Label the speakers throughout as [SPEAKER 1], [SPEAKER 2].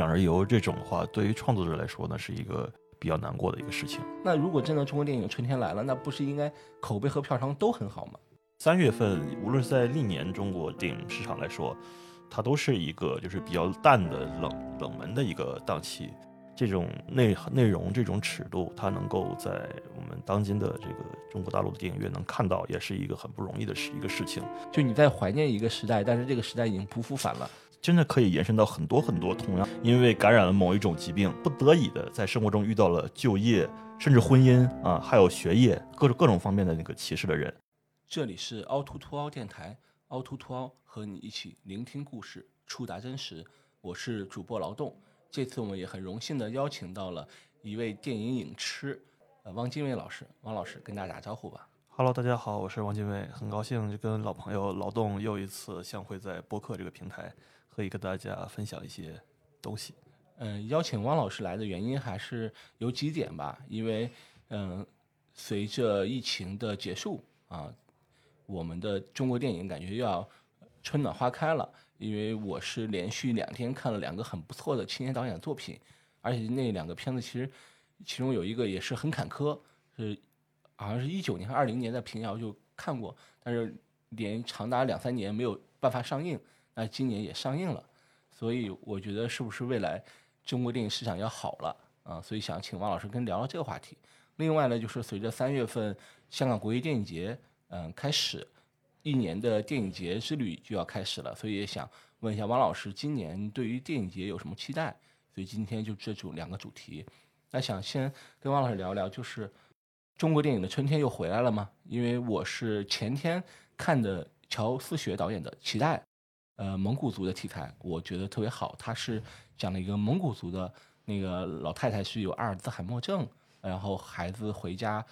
[SPEAKER 1] 两日游这种的话，对于创作者来说呢，是一个比较难过的一个事情。
[SPEAKER 2] 那如果真的中国电影春天来了，那不是应该口碑和票房都很好吗
[SPEAKER 1] ？3月份，无论是在历年中国电影市场来说，它都是一个就是比较淡的冷门的一个档期。这种内容这种尺度，它能够在我们当今的这个中国大陆的电影院能看到，也是一个很不容易的一个事情。
[SPEAKER 2] 就你在怀念一个时代，但是这个时代已经不复返了。
[SPEAKER 1] 真的可以延伸到很多很多同样因为感染了某一种疾病，不得已的在生活中遇到了就业甚至婚姻啊，还有学业各种方面的那个歧视的人。
[SPEAKER 2] 这里是凹凸凸凹电台，凹凸凸凹和你一起聆听故事，触达真实。我是主播劳动。这次我们也很荣幸的邀请到了一位电影影痴，汪精卫老师。汪老师跟大家打招呼吧。
[SPEAKER 1] Hello， 大家好，我是汪精卫，很高兴就跟老朋友劳动又一次相会在播客这个平台，可以跟大家分享一些东西。
[SPEAKER 2] 邀请汪老师来的原因还是有几点吧，因为随着疫情的结束啊，我们的中国电影感觉又要春暖花开了。因为我是连续2天看了2个很不错的青年导演的作品，而且那2个片子其中有一个也是很坎坷，是好像是19年还是20年在平遥就看过，但是连长达2-3年没有办法上映，那今年也上映了，所以我觉得是不是未来中国电影市场要好了啊？所以想请汪老师跟聊聊这个话题。另外呢，就是随着3月份香港国际电影节开始。1年的电影节之旅就要开始了，所以也想问一下汪老师，今年对于电影节有什么期待？所以今天就这2个主题。那想先跟汪老师聊聊，就是中国电影的春天又回来了吗？因为我是前天看的乔思雪导演的《脐带》，蒙古族的题材，我觉得特别好。他是讲了一个蒙古族的那个老太太是有阿尔兹海默症，然后孩子回家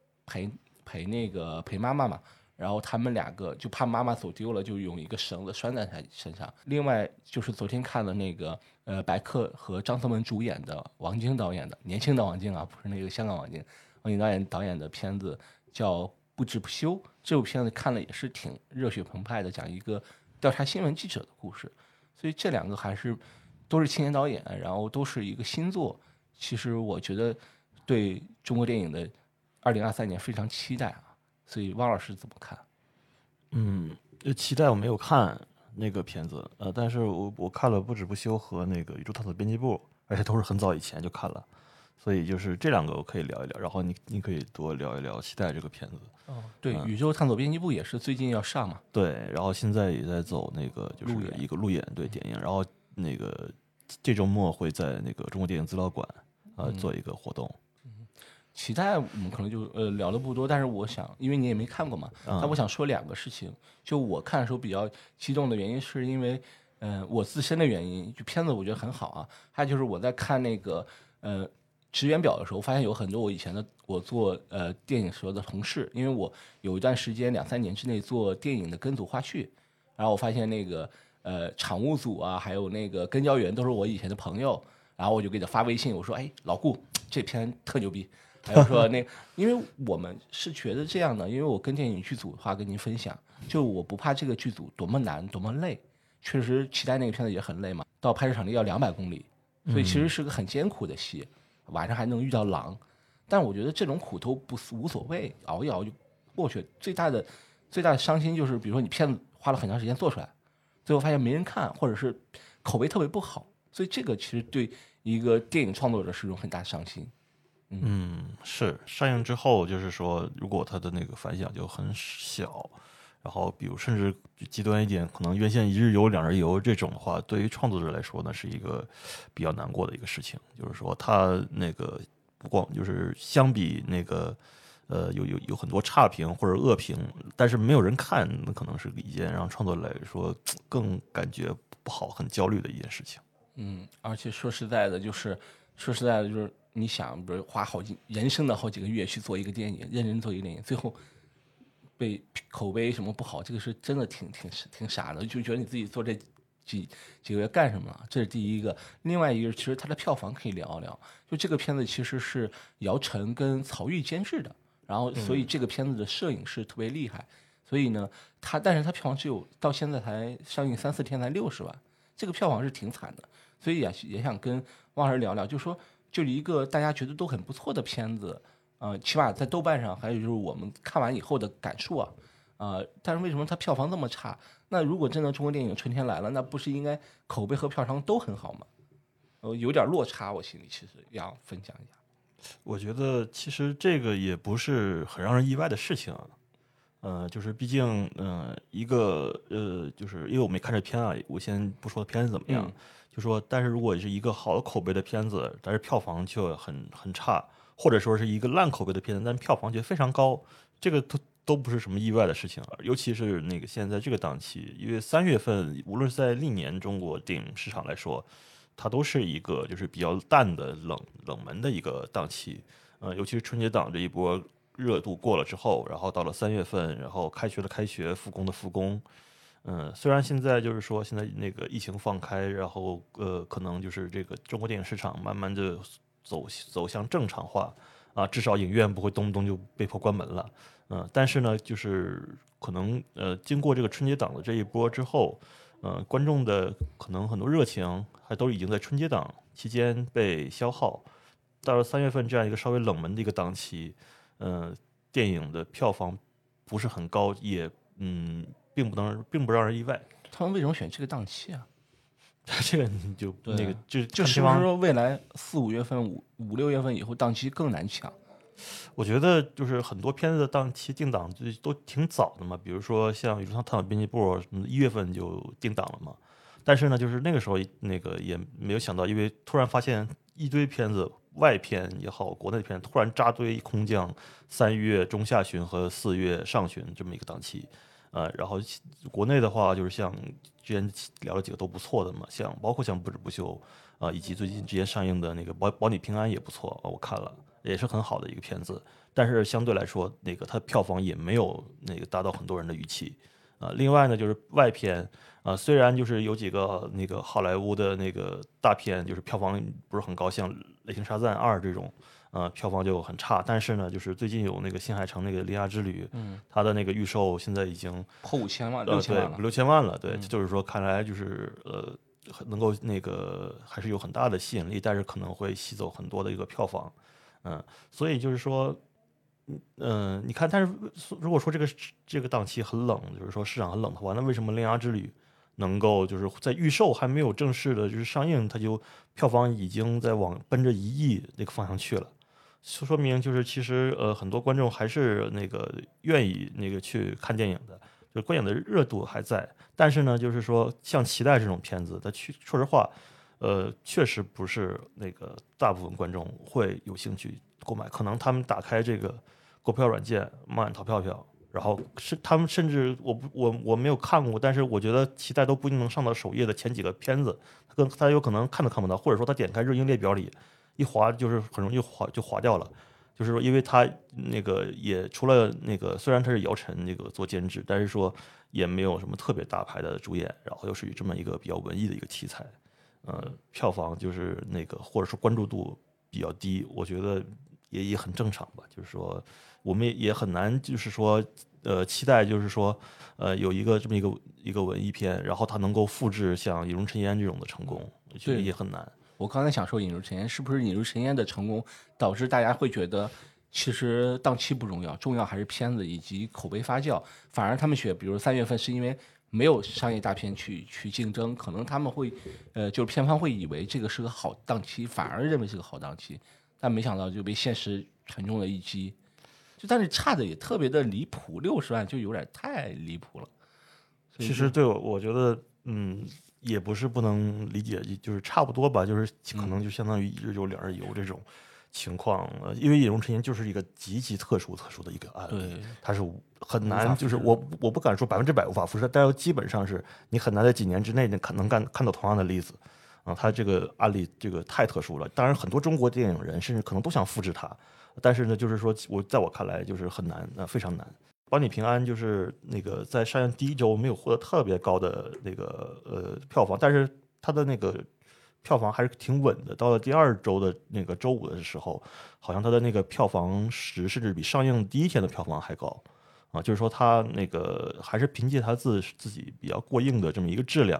[SPEAKER 2] 陪妈妈嘛。然后他们2个就怕妈妈走丢了，就用一个绳子拴在他身上。另外就是昨天看了那个白客和张颂文主演的王晶导演的年轻的王晶啊，不是那个香港王晶，王晶导演的片子叫《不止不休》。这部片子看了也是挺热血澎湃的，讲一个调查新闻记者的故事。所以这2个还是都是青年导演，然后都是一个新作。其实我觉得对中国电影的2023年非常期待啊。所以汪老师怎么看？
[SPEAKER 1] 期待我没有看那个片子，但是我看了《不止不休》和那个《宇宙探索编辑部》，而且都是很早以前就看了，所以就是这2个我可以聊一聊，然后你可以多聊一聊《期待》这个片子。
[SPEAKER 2] 对，宇宙探索编辑部也是最近要上嘛。
[SPEAKER 1] 对，然后现在也在走那个就是一个路演对点映，然后那个这周末会在那个中国电影资料馆做一个活动。
[SPEAKER 2] 期待我们可能就聊的不多，但是我想，因为你也没看过嘛，但我想说2个事情。就我看的时候比较激动的原因，是因为我自身的原因，就片子我觉得很好啊。还有就是我在看那个职员表的时候，发现有很多我以前的我做电影时候的同事，因为我有一段时间2-3年之内做电影的跟组花絮，然后我发现那个场务组啊，还有那个跟焦员都是我以前的朋友，然后我就给他发微信，我说哎老顾这片特牛逼。还有说因为我们是觉得这样的，因为我跟电影剧组的话跟您分享，就我不怕这个剧组多么难多么累，确实期待那个片子也很累嘛，到拍摄场地要200公里，所以其实是个很艰苦的戏，晚上还能遇到狼，但我觉得这种苦都无所谓，熬一熬就过去。最大的伤心就是，比如说你片子花了很长时间做出来，最后发现没人看，或者是口碑特别不好，所以这个其实对一个电影创作者是一种很大的伤心。
[SPEAKER 1] 是上映之后，就是说，如果它的那个反响就很小，然后比如甚至极端一点，可能院线1日游2日游这种的话，对于创作者来说呢，是一个比较难过的一个事情。就是说，他那个不光就是相比那个有很多差评或者恶评，但是没有人看，那可能是一件让创作者来说更感觉不好、很焦虑的一件事情。
[SPEAKER 2] 而且说实在的，就是你想，比如花人生的好几个月去做一个电影，认真做一个电影，最后被口碑什么不好，这个是真的挺傻的，就觉得你自己做这几个月干什么了？这是第一个。另外一个，其实它的票房可以聊一聊。就这个片子其实是姚晨跟曹郁监制的，然后所以这个片子的摄影是特别厉害。所以呢，但是它票房只有到现在才上映3-4天才60万，这个票房是挺惨的。 所以也想跟汪老师聊聊，就说就一个大家觉得都很不错的片子，起码在豆瓣上，还有就是我们看完以后的感受啊，但是为什么它票房这么差？那如果真的中国电影春天来了，那不是应该口碑和票房都很好吗？有点落差，我心里其实要分享一下。
[SPEAKER 1] 我觉得其实这个也不是很让人意外的事情啊。就是毕竟，一个就是因为我没看这片啊，我先不说片子怎么样，就说，但是如果是一个好的口碑的片子，但是票房就很差，或者说是一个烂口碑的片子，但票房却非常高，这个都不是什么意外的事情啊。尤其是那个现在这个档期，因为3月份无论是在历年中国电影市场来说，它都是一个就是比较淡的冷门的一个档期。尤其是春节档这一波热度过了之后，然后到了3月份，然后开学的开学，复工的复工。虽然现在就是说现在那个疫情放开，然后可能就是这个中国电影市场慢慢的走向正常化啊，至少影院不会动不动就被迫关门了。但是呢，就是可能经过这个春节档的这一波之后，观众的可能很多热情还都已经在春节档期间被消耗，到了3月份这样一个稍微冷门的一个档期，电影的票房不是很高，也并不让人意外。
[SPEAKER 2] 他们为什么选这个档期啊？
[SPEAKER 1] 这个你就
[SPEAKER 2] 对
[SPEAKER 1] 那个
[SPEAKER 2] 就是不是说未来4、5月份、5、6月份以后档期更难抢？
[SPEAKER 1] 我觉得就是很多片子的档期定档都挺早的嘛，比如说像《宇宙探索编辑部》1月份就定档了嘛。但是呢，就是那个时候那个也没有想到，因为突然发现一堆片子外片也好，国内片突然扎堆空降3月中下旬和4月上旬这么一个档期。然后国内的话，就是像之前聊了几个都不错的嘛，包括像不止不休以及最近之前上映的那个保你平安也不错我看了也是很好的一个片子。但是相对来说，那个它票房也没有那个达到很多人的预期。另外呢，就是外片虽然就是有几个那个好莱坞的那个大片，就是票房不是很高，像《雷霆沙赞2》这种，票房就很差。但是呢，就是最近有那个新海诚那个《铃芽之旅》，它的那个预售现在已经
[SPEAKER 2] 破5000万、6000万了，
[SPEAKER 1] 对，5、6千万了。对，就是说看来就是能够那个还是有很大的吸引力，但是可能会吸走很多的一个票房。所以就是说。你看，但是如果说这个档期很冷，就是说市场很冷的话，那为什么《铃芽之旅》能够就是在预售还没有正式的就是上映，它就票房已经在奔着1亿那个方向去了？说明就是其实很多观众还是那个愿意那个去看电影的，就是观影的热度还在。但是呢，就是说像《脐带》这种片子，说实话，确实不是那个大部分观众会有兴趣购买，可能他们打开这个购票软件猫眼淘票票，然后他们甚至我没有看过，但是我觉得期待都不一定能上到首页的前几个片子，他有可能看都看不到，或者说他点开热映列表里一滑就是很容易滑掉了。就是说，因为他那个也除了那个，虽然他是姚晨那个做监制，但是说也没有什么特别大牌的主演，然后又是这么一个比较文艺的一个题材，票房就是那个或者说关注度比较低，我觉得也很正常吧。就是说，我们也很难，就是说，期待就是说，有这么一个文艺片，然后它能够复制像《引入尘烟》这种的成功，我觉得也很难。
[SPEAKER 2] 我刚才想说《引入尘烟》，是不是《引入尘烟》的成功导致大家会觉得，其实档期不重要，重要还是片子以及口碑发酵？反而他们选，比如3月份是因为没有商业大片去竞争，可能他们会，就是片方会以为这个是个好档期，反而认为是个好档期，但没想到就被现实沉重了一击。但是差的也特别的离谱，60万就有点太离谱了。
[SPEAKER 1] 其实对我觉得，也不是不能理解，就是差不多吧，就是可能就相当于一日游两日游这种情况。因为《引入尘烟》就是一个极其特殊的一个案例，它是很难，就是我不敢说100%无法复制，但基本上是你很难在几年之内看到同样的例子。它这个案例这个太特殊了，当然很多中国电影人甚至可能都想复制它，但是呢，就是说在我看来就是很难，非常难。保你平安就是那个在上映第1周没有获得特别高的那个票房，但是它的那个票房还是挺稳的。到了第2周的那个周5的时候，好像它的那个票房甚至比上映第1天的票房还高就是说它那个还是凭借它自己比较过硬的这么一个质量，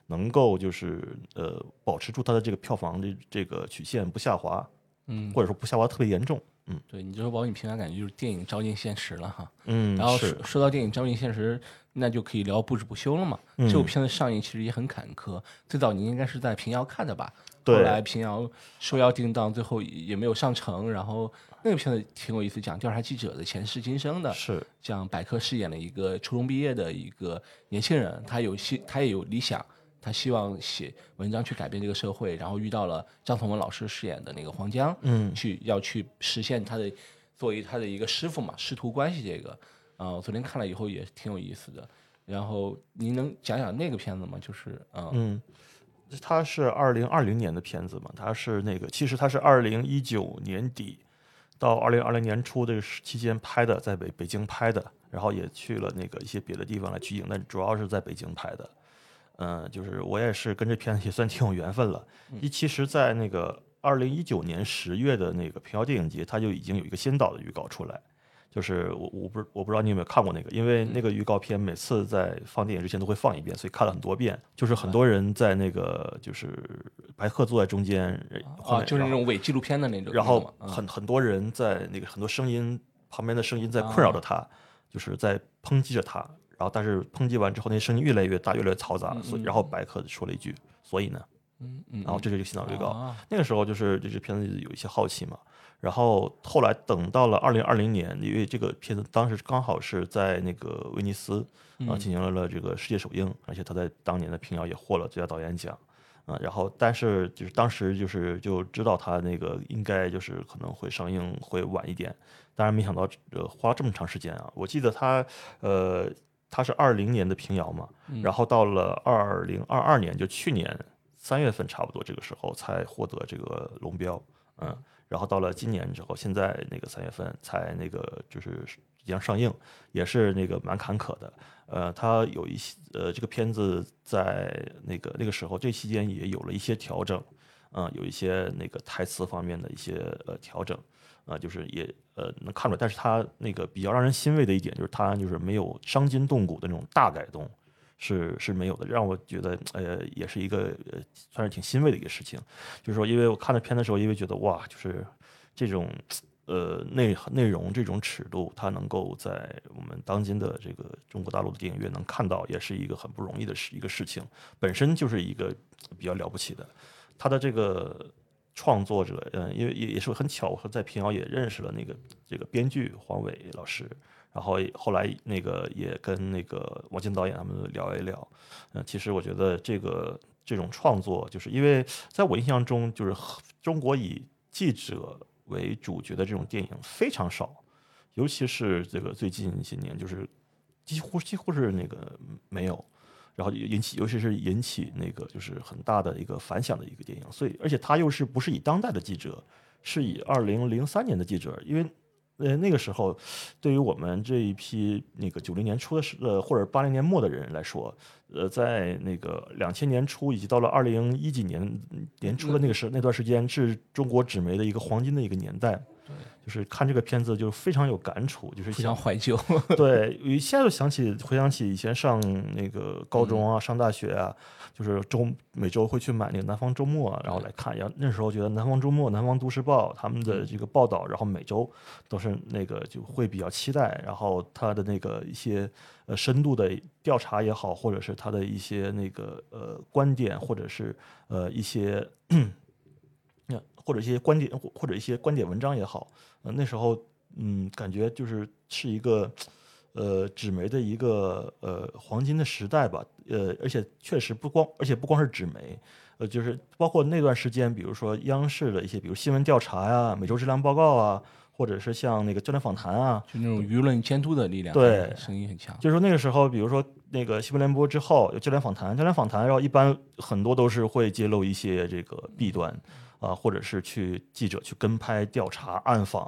[SPEAKER 1] 能够就是保持住它的这个票房的这个曲线不下滑，或者说不下滑特别严重。
[SPEAKER 2] 对，你这说保你平安，感觉就是电影照进现实了哈。
[SPEAKER 1] 然
[SPEAKER 2] 后说到电影照进现实，那就可以聊不止不休了嘛。这部片子上映其实也很坎坷，最早你应该是在平遥看的吧？
[SPEAKER 1] 对。
[SPEAKER 2] 后来平遥说要定档，最后也没有上成。然后那个片子挺有意思，讲调查记者的前世今生的，
[SPEAKER 1] 是
[SPEAKER 2] 讲百科饰演了一个初中毕业的一个年轻人，他也有理想。他希望写文章去改变这个社会，然后遇到了张同文老师饰演的那个黄江，要去实现作为他的一个师傅嘛，师徒关系这个，昨天看了以后也挺有意思的。然后您能讲讲那个片子吗？就是
[SPEAKER 1] 它是2020年的片子嘛，其实它是2019年底到2020年初这个期间拍的，在北京拍的，然后也去了那个一些别的地方来取景，但主要是在北京拍的。就是我也是跟这片子也算挺有缘分了。其实，在那个2019年10月的那个平遥电影节，它就已经有一个先导的预告出来。就是我不知道你有没有看过那个，因为那个预告片每次在放电影之前都会放一遍，所以看了很多遍。就是很多人在那个就是白客坐在中间，
[SPEAKER 2] 就是那种伪纪录片的那种。
[SPEAKER 1] 然后很多人在那个很多声音旁边的声音在困扰着他，就是在抨击着他。然后，但是抨击完之后，那声音越来越大，越来越嘈杂。所以，然后白客说了一句：“所以呢？”然后这是一个先导预告。那个时候就是这片子有一些好奇嘛。然后后来等到了2020年，因为这个片子当时刚好是在那个威尼斯进行了这个世界首映，而且他在当年的平遥也获了最佳导演奖。然后但是就是当时就知道他那个应该就是可能会上映会晚一点。当然没想到花了这么长时间啊！我记得他是20年的平遥嘛，然后到了2022年，就去年3月份差不多这个时候才获得这个龙标，然后到了今年之后，现在那个3月份才那个就是即将上映，也是那个蛮坎坷的。它有一些这个片子在那个时候这期间也有了一些调整，有一些那个台词方面的一些调整。就是也能看出来，但是他那个比较让人欣慰的一点就是他就是没有伤筋动骨的那种大改动，是没有的，让我觉得也是一个算是挺欣慰的一个事情。就是说，因为我看这片的时候，因为觉得哇，就是这种内容这种尺度，它能够在我们当今的这个中国大陆的电影院能看到，也是一个很不容易的一个事情，本身就是一个比较了不起的。他的这个创作者，因为也是很巧，我在平遥也认识了这个编剧黄伟老师，然后后来那个也跟那个王晶导演他们聊一聊。其实我觉得这种创作，就是因为在我印象中，就是中国以记者为主角的这种电影非常少，尤其是这个最近一些年，就是几乎是那个没有。然后尤其是引起那个就是很大的一个反响的一个电影，所以而且他又不是以当代的记者，是以2003年的记者，因为那个时候对于我们这一批那个90年初的或者80年末的人来说，在那个2000年初以及到了2010几年初的那段时间，是中国纸媒的一个黄金的一个年代。就是看这个片子就非常有感触，就是
[SPEAKER 2] 非常怀旧。
[SPEAKER 1] 对，一下就回想起以前上那个高中啊，上大学啊，就是每周会去买那个《南方周末》然后来看。然后那时候觉得《南方周末》《南方都市报》他们的这个报道，然后每周都是那个就会比较期待。然后他的那个一些深度的调查也好，或者是他的一些那个观点，或者是一些。或者一些观点，或者一些观点文章也好，那时候感觉是一个纸媒的一个黄金的时代吧，而且确实不光是纸媒，就是包括那段时间，比如说央视的一些，比如新闻调查呀、每周质量报告啊，或者是像那个焦点访谈啊，
[SPEAKER 2] 就那种舆论监督的力量，
[SPEAKER 1] 对，
[SPEAKER 2] 声音很强。
[SPEAKER 1] 就是说那个时候，比如说那个新闻联播之后有焦点访谈，然后一般很多都是会揭露一些这个弊端。或者是记者去跟拍调查暗访，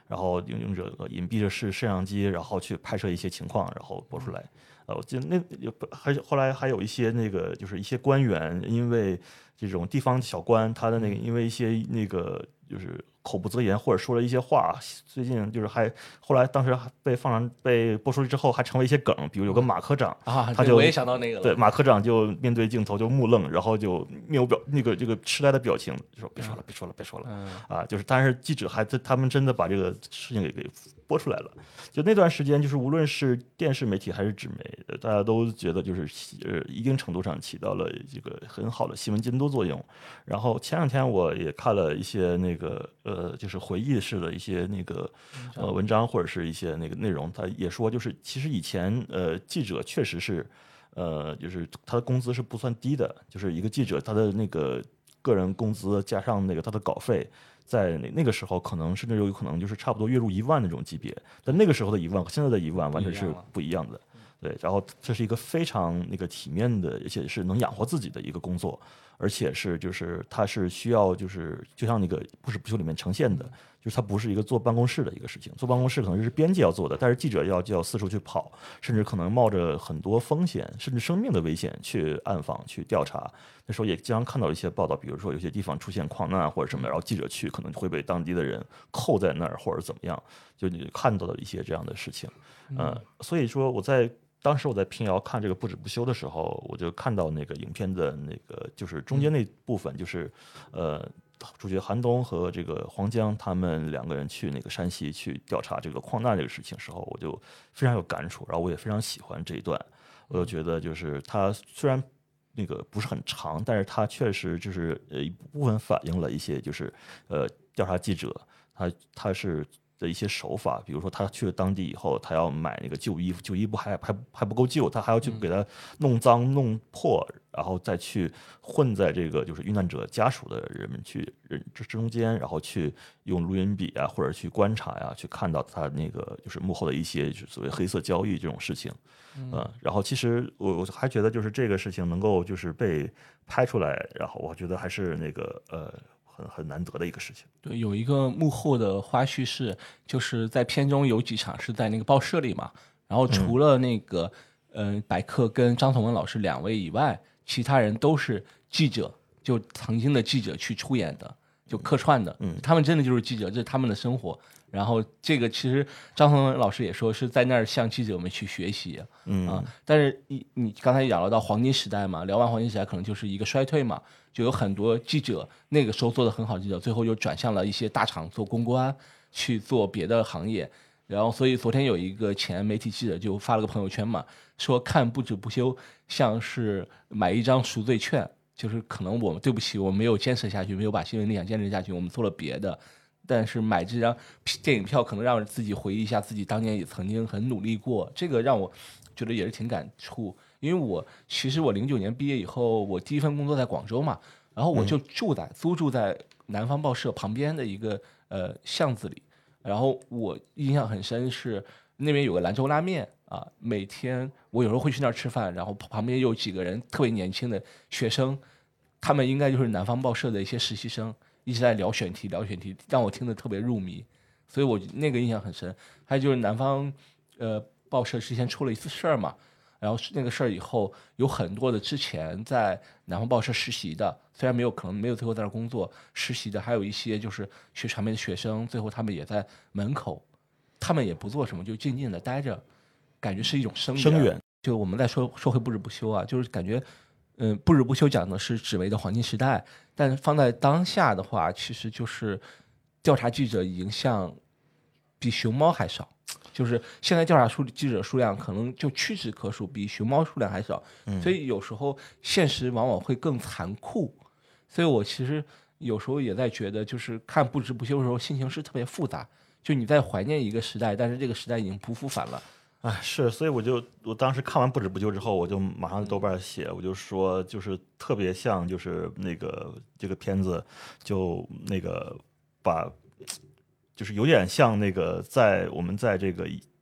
[SPEAKER 1] 然后用这个隐蔽的摄像机，然后去拍摄一些情况，然后播出来。我记得后来还有一些那个就是一些官员，因为这种地方小官，他的那个因为一些那个就是口不择言或者说了一些话，最近就是后来当时被播出之后还成为一些梗，比如有个马科长
[SPEAKER 2] 啊，
[SPEAKER 1] 他就
[SPEAKER 2] 我也想到那个了。
[SPEAKER 1] 对，马科长就面对镜头就木愣，然后就面无这个痴呆的表情，就说别说了啊，就是但是记者他们真的把这个事情给播出来了。就那段时间，就是无论是电视媒体还是纸媒，大家都觉得就是一定程度上起到了这个很好的新闻监督作用。然后前两天我也看了一些那个就是回忆式的一些那个文章或者是一些那个内容，他也说就是其实以前记者确实是就是他的工资是不算低的，就是一个记者他的那个个人工资加上那个他的稿费，在那个时候可能甚至有可能就是差不多月入1万那种级别，但那个时候的1万和现在的1万完全是不一样的。对，然后这是一个非常那个体面的，而且是能养活自己的一个工作，而且是就是它是需要就是就像那个不是不休里面呈现的，就是它不是一个坐办公室的一个事情，坐办公室可能是编辑要做的，但是记者就要四处去跑，甚至可能冒着很多风险，甚至生命的危险去暗访去调查。那时候也经常看到一些报道，比如说有些地方出现矿难或者什么，然后记者去可能会被当地的人扣在那儿或者怎么样，就你看到的一些这样的事情。所以说当时我在平遥看这个不止不休的时候，我就看到那个影片的那个就是中间那部分，就是主角韩东和这个黄江他们2个人去那个山西去调查这个矿难这个事情时候，我就非常有感触，然后我也非常喜欢这一段。我就觉得就是它虽然那个不是很长，但是它确实就是一部分反映了一些就是调查记者他是的一些手法，比如说他去了当地以后，他要买那个旧衣服，旧衣服还不够旧，他还要去给他弄脏弄破，然后再去混在这个就是遇难者家属的人们这中间，然后去用录音笔啊，或者去观察呀，去看到他那个就是幕后的一些就是所谓黑色交易这种事情。然后其实我还觉得就是这个事情能够就是被拍出来，然后我觉得还是那个很难得的一个事情。
[SPEAKER 2] 对，有一个幕后的花絮是，就是在片中有几场是在那个报社里嘛，然后除了那个百克跟张颂文老师2位以外，其他人都是记者，就曾经的记者去出演的，就客串的。他们真的就是记者，这是他们的生活。然后这个其实张颂文老师也说是在那儿向记者们去学习但是你刚才也聊到黄金时代嘛，聊完黄金时代可能就是一个衰退嘛，就有很多记者那个时候做的很好的记者，最后又转向了一些大厂做公关，去做别的行业。然后所以昨天有一个前媒体记者就发了个朋友圈嘛，说看不止不休像是买一张赎罪券，就是可能我们对不起，我们没有坚持下去，没有把新闻理想坚持下去，我们做了别的。但是买这张电影票可能让自己回忆一下自己当年也曾经很努力过，这个让我觉得也是挺感触。因为其实我09年毕业以后，我第一份工作在广州嘛，然后我就租住在南方报社旁边的一个巷子里，然后我印象很深是那边有个兰州拉面啊，每天我有时候会去那儿吃饭，然后旁边有几个人特别年轻的学生，他们应该就是南方报社的一些实习生。一直在聊选题，让我听得特别入迷，所以我那个印象很深。还有就是南方报社之前出了一次事儿嘛，然后那个事儿以后有很多的之前在南方报社实习的，虽然可能没有最后在那工作实习的，还有一些就是学传媒的学生，最后他们也在门口，他们也不做什么，就静静的待着，感觉是一种声援。就我们再说回不止不休啊，就是感觉不止不休讲的是纸媒的黄金时代，但放在当下的话，其实就是调查记者已经像比熊猫还少，就是现在调查记者数量可能就屈指可数，比熊猫数量还少，所以有时候现实往往会更残酷。所以我其实有时候也在觉得，就是看不止不休的时候，心情是特别复杂。就你在怀念一个时代，但是这个时代已经不复返了。
[SPEAKER 1] 是，所以我当时看完不止不休之后，我就马上豆瓣写，我就说就是特别像就是那个这个片子，就那个就是有点像那个我们在这个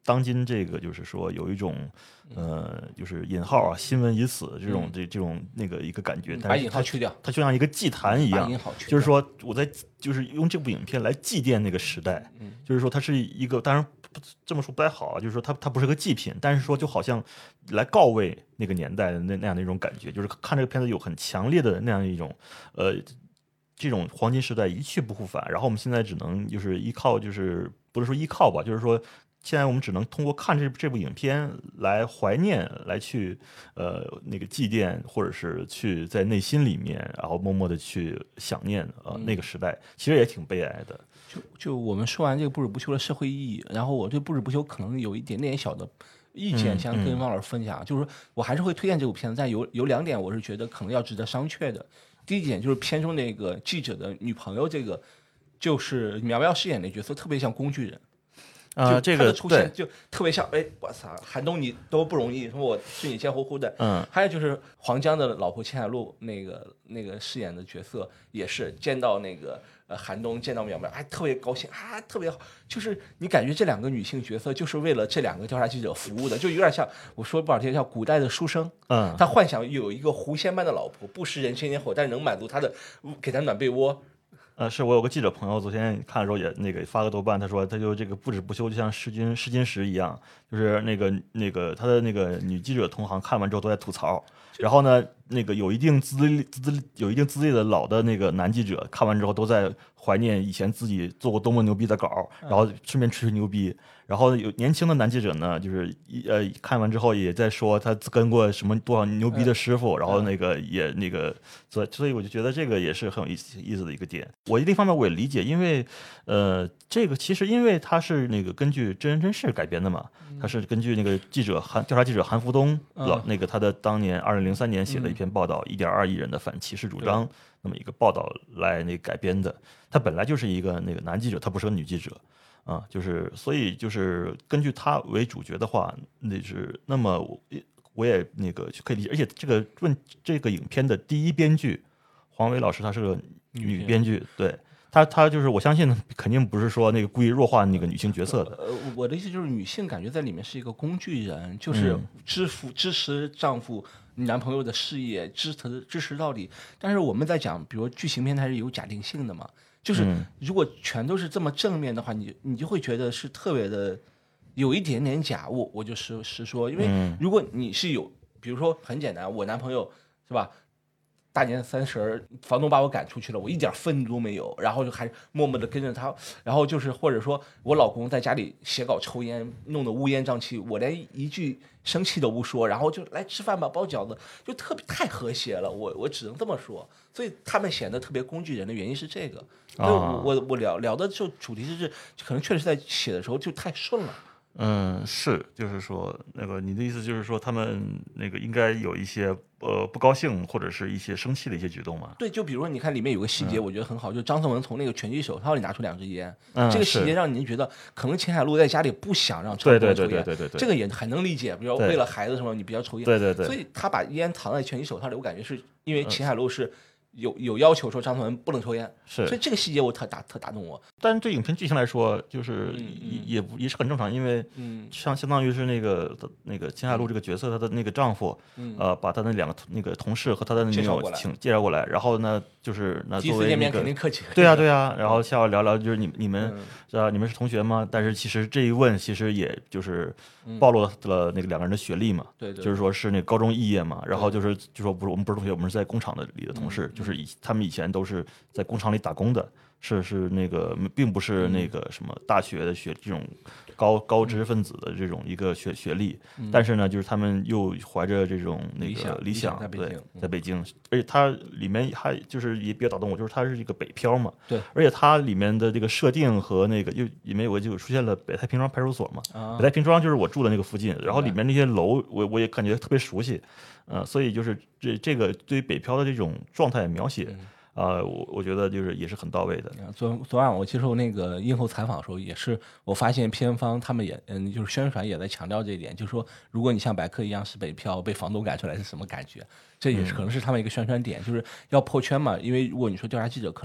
[SPEAKER 1] 当今这个就是说有一种就是引号啊新闻已死这种这种那个一个感觉，
[SPEAKER 2] 把引号去掉，
[SPEAKER 1] 它就像一个祭坛一样，就是说我在就是用这部影片来祭奠那个时代，就是说它是一个当然。这么说不太好啊，就是说它不是个祭品，但是说就好像来告慰那个年代的那样的一种感觉，就是看这个片子有很强烈的那样一种这种黄金时代一去不复返，然后我们现在只能就是依靠，就是不是说依靠吧，就是说现在我们只能通过看这部影片来怀念，来去那个祭奠，或者是去在内心里面，然后默默的去想念那个时代，其实也挺悲哀的。
[SPEAKER 2] 就我们说完这个不止不休的社会意义，然后我对不止不休可能有一点点小的意见想跟汪老师分享，就是我还是会推荐这部片子，但有2点我是觉得可能要值得商榷的。第一点就是片中那个记者的女朋友，这个就是苗苗饰演的角色特别像工具人。
[SPEAKER 1] 这个
[SPEAKER 2] 出现就特别像，哎，我操，韩东你都不容易，说我是你贱乎乎的。还有就是黄江的老婆钱海璐那个饰演的角色也是见到那个韩东，见到苗苗，还特别高兴啊，特别好，就是你感觉这2个女性角色就是为了这2个调查记者服务的，就有点像我说不好听叫古代的书生，他幻想有一个狐仙般的老婆，不食人间烟火，但是能满足他的，给他暖被窝。
[SPEAKER 1] 是我有个记者朋友，昨天看的时候也那个发个豆瓣，他说他就这个不止不休，就像试金石一样，就是那个他的那个女记者同行看完之后都在吐槽，然后呢，那个有一定资历的老的那个男记者看完之后都在怀念以前自己做过多么牛逼的稿，然后顺便吹牛逼。然后有年轻的男记者呢，就是看完之后也在说他跟过什么多少牛逼的师傅，然后那个也那个，所以我就觉得这个也是很有意思的一个点。我另一方面我也理解，因为这个其实因为它是那个根据真事改编的嘛，它是根据那个调查记者韩福东那个他的当年2003年写的一篇报道，1.2亿人的反歧视主张那么一个报道来那个改编的。他本来就是一个那个男记者，他不是个女记者。就是所以就是根据他为主角的话，那么我也那个可以理解，而且这个影片的第一编剧黄伟老师，她是个女编剧，对她就是我相信肯定不是说那个故意弱化那个女性角色的。
[SPEAKER 2] 我的意思就是女性感觉在里面是一个工具人，就是支持丈夫男朋友的事业，支持到底。但是我们在讲，比如剧情片它是有假定性的嘛。就是如果全都是这么正面的话，你就会觉得是特别的有一点点假物。我就是说，因为如果你是有，比如说很简单，我男朋友是吧，大年30房东把我赶出去了，我一点愤怒都没有，然后就还默默的跟着他，然后就是或者说我老公在家里写稿抽烟，弄得乌烟瘴气，我连一句生气都不说，然后就来吃饭吧，包饺子，就太和谐了，我只能这么说。所以他们显得特别工具人的原因是这个。我聊的就主题是，可能确实在写的时候就太顺了。
[SPEAKER 1] 是，就是说那个你的意思就是说他们那个应该有一些不高兴或者是一些生气的一些举动嘛？
[SPEAKER 2] 对，就比如说你看里面有个细节，我觉得很好，就是张颂文从那个拳击手套里拿出2支烟，这个细节让您觉得可能钱海璐在家里不想让张颂文抽烟，
[SPEAKER 1] 对，
[SPEAKER 2] 这个也很能理解，比如为了孩子什么你不要抽烟，
[SPEAKER 1] 对，
[SPEAKER 2] 所以他把烟藏在拳击手套里，我感觉是因为钱海璐是。有要求说张颂文不能抽烟，
[SPEAKER 1] 是，
[SPEAKER 2] 所以这个细节我特打动我。
[SPEAKER 1] 但是对影片剧情来说，就是也是很正常，因为相当于是那个钱海璐这个角色，她的那个丈夫，把他的2个那个同事和他的女友介绍过来，然后呢，就是那作为
[SPEAKER 2] 第一次见面肯定客气，
[SPEAKER 1] 对啊，然后下午聊聊，就是你们你们是同学吗？但是其实这一问，其实也就是暴露了那个2个人的学历嘛，
[SPEAKER 2] 对，
[SPEAKER 1] 就是说是那个高中肄业嘛，然后就说不是我们不是同学，我们是在工厂里的同事，就是他们以前都是在工厂里打工的，是那个并不是那个什么大学的这种高知分子的这种一个学历，但是呢，就是他们又怀着这种那个理想，对，在北京，而且它里面还就是也比较打动我，就是它是一个北漂嘛，
[SPEAKER 2] 对，
[SPEAKER 1] 而且它里面的这个设定和那个又里面就出现了北太平庄派出所嘛，北太平庄就是我住的那个附近，然后里面那些楼我也感觉特别熟悉。所以就是这个对于北漂的这种状态描写，我觉得就是也是很到位的。
[SPEAKER 2] 昨晚我接受那个映后采访的时候，也是我发现片方他们也就是宣传也在强调这一点，就是说如果你像百科一样是北漂被房东赶出来是什么感觉，这也是可能是他们一个宣传点，就是要破圈嘛。因为如果你说调查记者可能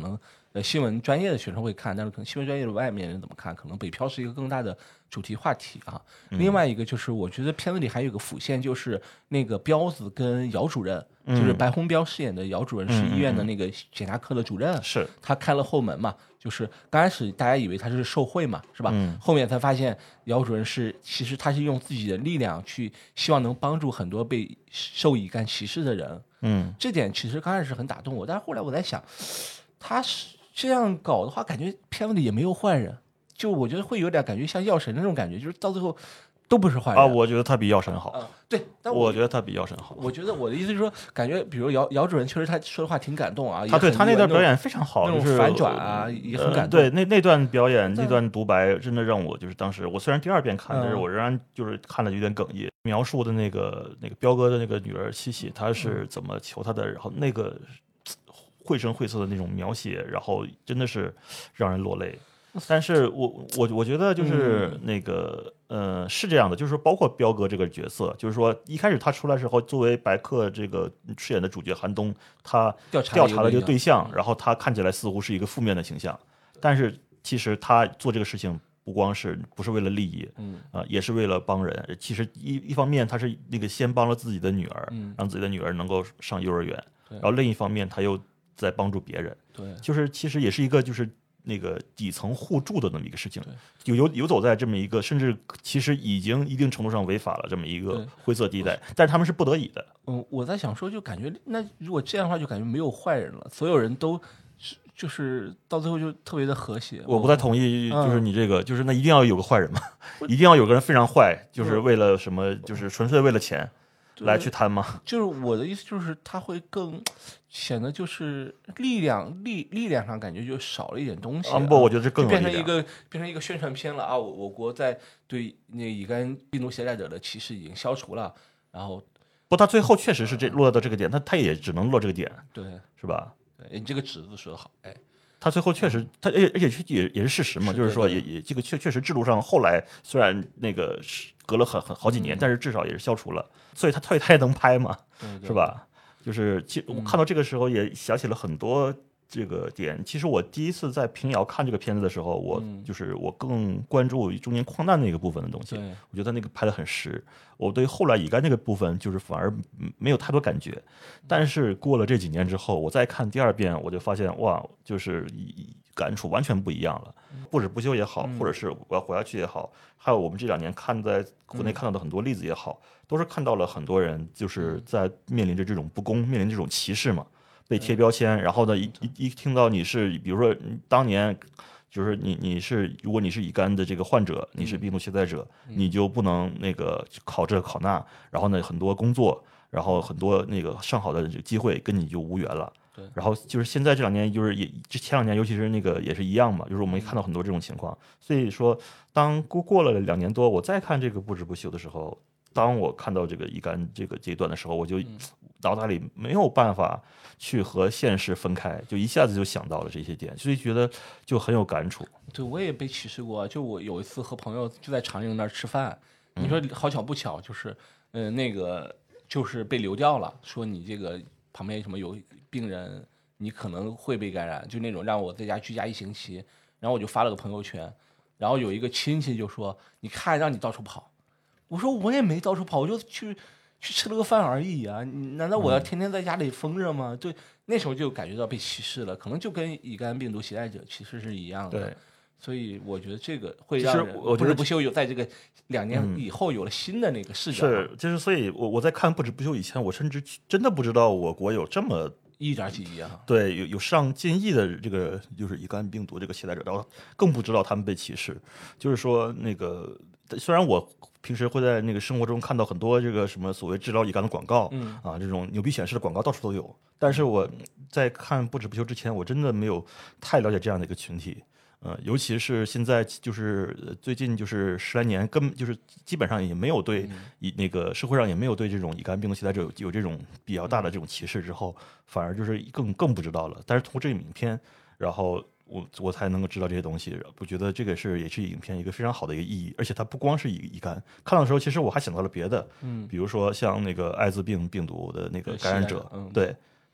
[SPEAKER 2] 新闻专业的学生会看，但是可能新闻专业的外面人怎么看？可能北漂是一个更大的主题话题啊。另外一个就是我觉得片子里还有一个辅线，就是那个彪子跟姚主任，就是白红彪饰演的姚主任是医院的那个检查科的主任，
[SPEAKER 1] 是
[SPEAKER 2] 他开了后门嘛。就是刚开始大家以为他是受贿嘛，是吧？后面才发现姚主任其实他是用自己的力量去希望能帮助很多被受乙肝歧视的人。这点其实刚开始很打动我，但是后来我在想，他是这样搞的话，感觉片子里也没有坏人，就我觉得会有点感觉像药神那种感觉，就是到最后都不是坏人
[SPEAKER 1] 啊。我觉得他比药神好。
[SPEAKER 2] 对，但
[SPEAKER 1] 我觉得他比药神好。
[SPEAKER 2] 我觉得我的意思是说，感觉比如姚主任确实他说的话挺感动啊，
[SPEAKER 1] 他那段表演非常好，
[SPEAKER 2] 那种反转啊也很感动。
[SPEAKER 1] 对，那段表演那段独白真的让我就是当时我虽然第2遍看，但是我仍然就是看了有点哽咽。描述的那个彪哥的那个女儿七喜，她是怎么求他的，然后那个绘声绘色的那种描写，然后真的是让人落泪。但是我觉得就是那个是这样的，就是说包括彪哥这个角色，就是说一开始他出来时候，作为白客这个饰演的主角韩东，他调查了这个对象，然后他看起来似乎是一个负面的形象，但是其实他做这个事情不是为了利益，也是为了帮人。其实一方面他是那个先帮了自己的女儿，让自己的女儿能够上幼儿园，然后另一方面他又在帮助别人，
[SPEAKER 2] 对，
[SPEAKER 1] 就是其实也是一个就是那个底层互助的那么一个事情，游走在这么一个甚至其实已经一定程度上违法了这么一个灰色地带，但是他们是不得已的。
[SPEAKER 2] 我在想说，就感觉那如果这样的话，就感觉没有坏人了，所有人都就是到最后就特别的和谐。
[SPEAKER 1] 我不太同意，就是你这个，就是那一定要有个坏人嘛，一定要有个人非常坏，就是为了什么，就是纯粹为了钱来去贪吗？
[SPEAKER 2] 就是我的意思就是他会更显得就是力量上感觉就少了一点东西。
[SPEAKER 1] 不，我觉得这更有
[SPEAKER 2] 变成一个宣传片了啊！我国在对那乙肝病毒携带者的歧视已经消除了，然后
[SPEAKER 1] 不，他最后确实是落到这个点，他也只能落这个点，
[SPEAKER 2] 对，
[SPEAKER 1] 是吧？
[SPEAKER 2] 对，你这个指字说的好，哎。
[SPEAKER 1] 他最后确实，他而且也是事实嘛，就是说也这个确实制度上后来虽然那个隔了好几年，但是至少也是消除了，所以他也能拍嘛，是吧？就是我看到这个时候也想起了很多这个点。其实我第一次在平遥看这个片子的时候，我更关注中间矿难那个部分的东西，我觉得那个拍得很实。我对后来乙肝这个部分就是反而没有太多感觉，但是过了这几年之后，我再看第2遍，我就发现哇，就是感触完全不一样了。不止不休也好，或者是我要活下去也好，还有我们这2年在国内看到的很多例子也好，都是看到了很多人就是在面临着这种不公，面临这种歧视嘛，被贴标签，然后呢一听到你是比如说当年。就是如果你是乙肝的这个患者，你是病毒携带者，你就不能那个考这考那，然后呢很多工作，然后很多那个上好的机会跟你就无缘了。然后就是现在这2年，就是前2年，尤其是那个也是一样嘛，就是我们也看到很多这种情况。所以说，当过了2年多，我再看这个不止不休的时候，当我看到这个乙肝这个阶段的时候，我就脑袋里没有办法去和现实分开，就一下子就想到了这些点，所以觉得就很有感触。
[SPEAKER 2] 对，我也被歧视过，就我有一次和朋友就在长宁那儿吃饭，你说好巧不巧，就是那个就是被流调了，说你这个旁边什么有病人，你可能会被感染，就那种让我在家居家1星期，然后我就发了个朋友圈，然后有一个亲戚就说，你看让你到处跑，我说我也没到处跑，我就去吃了个饭而已啊！难道我要天天在家里疯着吗？对，那时候就感觉到被歧视了，可能就跟乙肝病毒携带者其实是一样的。
[SPEAKER 1] 对，
[SPEAKER 2] 所以我觉得这个会让人不止不休有在这个2年以后有了新的那个视角。
[SPEAKER 1] 是，就是所以我在看不止不休以前，我甚至真的不知道我国有这么
[SPEAKER 2] 1点几亿啊！
[SPEAKER 1] 对，有上近亿的这个就是乙肝病毒这个携带者，然后更不知道他们被歧视。就是说那个虽然我平时会在那个生活中看到很多这个什么所谓治疗乙肝的广告，这种牛逼显示的广告到处都有，但是我在看不止不休之前，我真的没有太了解这样的一个群体。尤其是现在就是最近就是10来年，根本就是基本上也没有对那个社会上也没有对这种乙肝病毒携带者有这种比较大的这种歧视之后，反而就是更不知道了。但是通过这个影片，然后我才能够知道这些东西。我觉得这个也是影片一个非常好的一个意义，而且它不光是乙肝。看到的时候，其实我还想到了别的，比如说像那个艾滋病病毒的那个感染者，对。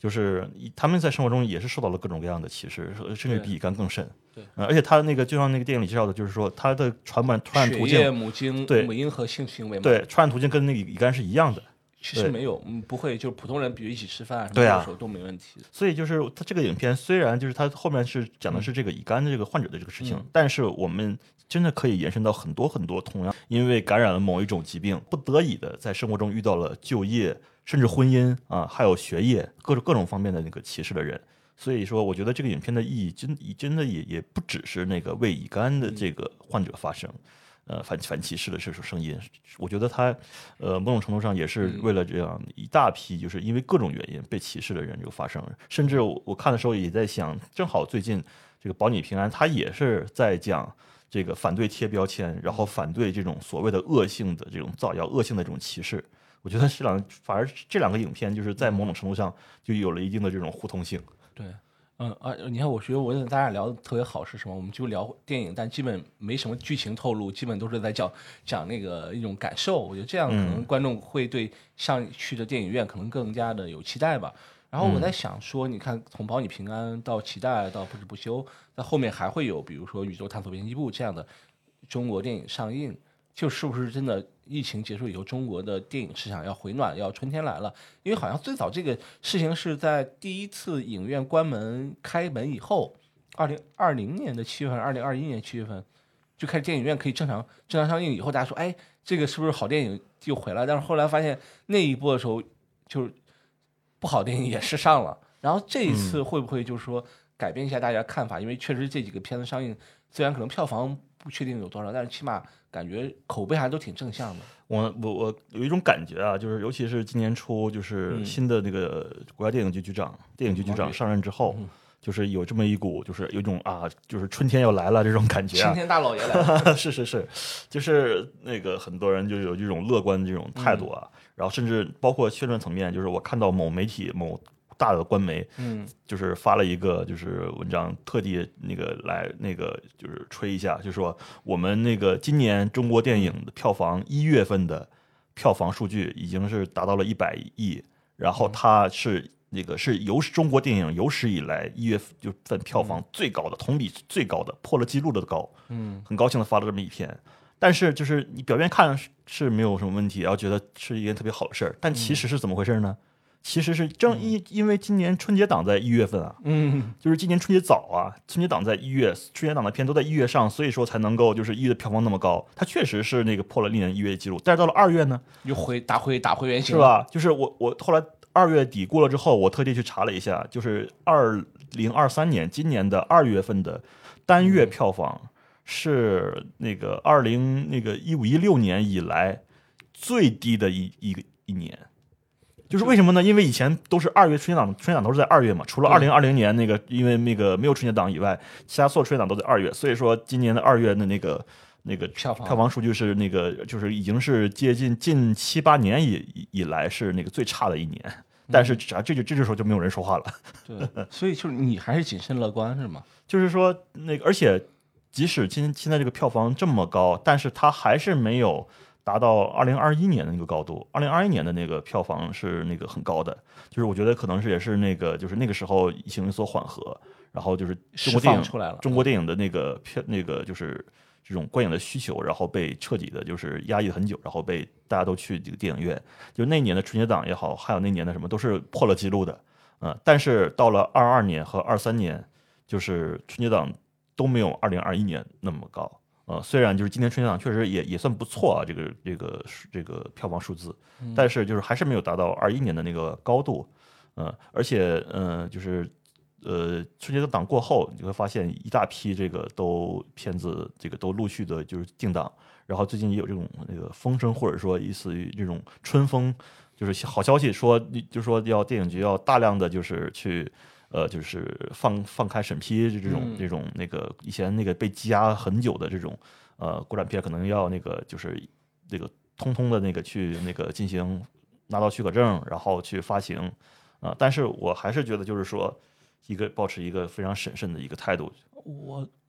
[SPEAKER 1] 就是他们在生活中也是受到了各种各样的歧视，甚至比乙肝更甚。
[SPEAKER 2] 对，
[SPEAKER 1] 而且他那个就像那个电影里介绍的，就是说他的传染途
[SPEAKER 2] 血液
[SPEAKER 1] 径，
[SPEAKER 2] 母婴和性行为嘛，
[SPEAKER 1] 对，传染途径跟那个乙肝是一样的。
[SPEAKER 2] 其实没有，不会，就是普通人，比如一起吃饭，
[SPEAKER 1] 对啊，
[SPEAKER 2] 的时候都没问题。
[SPEAKER 1] 所以就是他这个影片虽然就是他后面是讲的是这个乙肝的这个患者的这个事情，但是我们真的可以延伸到很多很多同样因为感染了某一种疾病，不得已的在生活中遇到了就业甚至婚姻啊，还有学业各种方面的那个歧视的人。所以说，我觉得这个影片的意义真的也不只是那个为乙肝的这个患者发声。反歧视的这种声音，我觉得他某种程度上也是为了这样一大批就是因为各种原因被歧视的人就发声。甚至我看的时候也在想，正好最近这个保你平安，他也是在讲这个反对贴标签，然后反对这种所谓的恶性的这种造谣、恶性的这种歧视。我觉得反而这两个影片就是在某种程度上就有了一定的这种互通性。
[SPEAKER 2] 对。你看，我觉得我跟大家聊的特别好是什么？我们就聊电影，但基本没什么剧情透露，基本都是在讲那个一种感受。我觉得这样可能观众会对上去的电影院可能更加的有期待吧。然后我在想说，你看从保你平安到期待到不止不休，那后面还会有比如说宇宙探索编辑部这样的中国电影上映，就是不是真的疫情结束以后，中国的电影市场要回暖，要春天来了？因为好像最早这个事情是在第一次影院关门开门以后，2020年的7月份，2021年7月份就开始电影院可以正常上映以后，大家说，哎，这个是不是好电影就回来？但是后来发现那一波的时候，就是不好电影也是上了。然后这一次会不会就是说改变一下大家看法？因为确实这几个片子上映，虽然可能票房不确定有多少，但是起码感觉口碑还都挺正向的。
[SPEAKER 1] 我有一种感觉啊，就是尤其是今年初，就是新的那个国家电影局局长上任之后，就是有这么一股，就是有一种就是春天要来了这种感觉啊，
[SPEAKER 2] 青天大老爷来了，
[SPEAKER 1] 是，就是那个很多人就有这种乐观的这种态度啊，然后甚至包括宣传层面，就是我看到某媒体某大的官媒，就是发了一个就是文章，特地那个来那个就是吹一下，就说我们那个今年中国电影的票房1月份的票房数据已经是达到了100亿，然后它是那个是中国电影有史以来1月份票房最高的，同比最高的，破了纪录的高，很高兴的发了这么一篇。但是就是你表面看是没有什么问题，然后觉得是一件特别好的事儿，但其实是怎么回事呢？其实是因为今年春节档在1月份啊，就是今年春节早啊，春节档在1月，春节档的片都在1月上，所以说才能够就是1月的票房那么高。它确实是那个破了历年1月的记录，但是到了2月呢，
[SPEAKER 2] 又打回原形
[SPEAKER 1] 是吧？就是我后来2月底过了之后，我特地去查了一下，就是2023年今年的2月份的单月票房是那个15-16年以来最低的一年。就是为什么呢？因为以前都是2月春节档都是在2月嘛，除了2020年那个因为那个没有春节档以外，其他所有春节档都在2月，所以说今年的2月的那个票房数据是那个就是已经是接近近7-8年以来是那个最差的一年，但是这时候就没有人说话了。
[SPEAKER 2] 对，所以就是你还是谨慎乐观是吗？
[SPEAKER 1] 就是说那个，而且即使现在这个票房这么高，但是它还是没有达到2021年的那个高度。2021年的那个票房是那个很高的，就是我觉得可能也是那个就是那个时候疫情有所缓和，然后就是中国电影的那个就是这种观影的需求，然后被彻底的就是压抑了很久，然后被大家都去这个电影院，就那年的春节档也好，还有那年的什么都是破了记录的，但是到了22年和23年，就是春节档都没有2021年那么高。虽然就是今年春节档确实也算不错啊，这个票房数字，但是就是还是没有达到21年的那个高度，而且就是春节档过后，你会发现一大批这个片子这个都陆续的就是定档，然后最近也有这种那个风声，或者说类似于这种春风，就是好消息说，就说电影局要大量的就是去。就是放开审批这种那个以前那个被积压很久的这种国产片，可能要那个就是这个通的那个去那个进行拿到许可证，然后去发行但是我还是觉得就是说保持一个非常审慎的一个态度。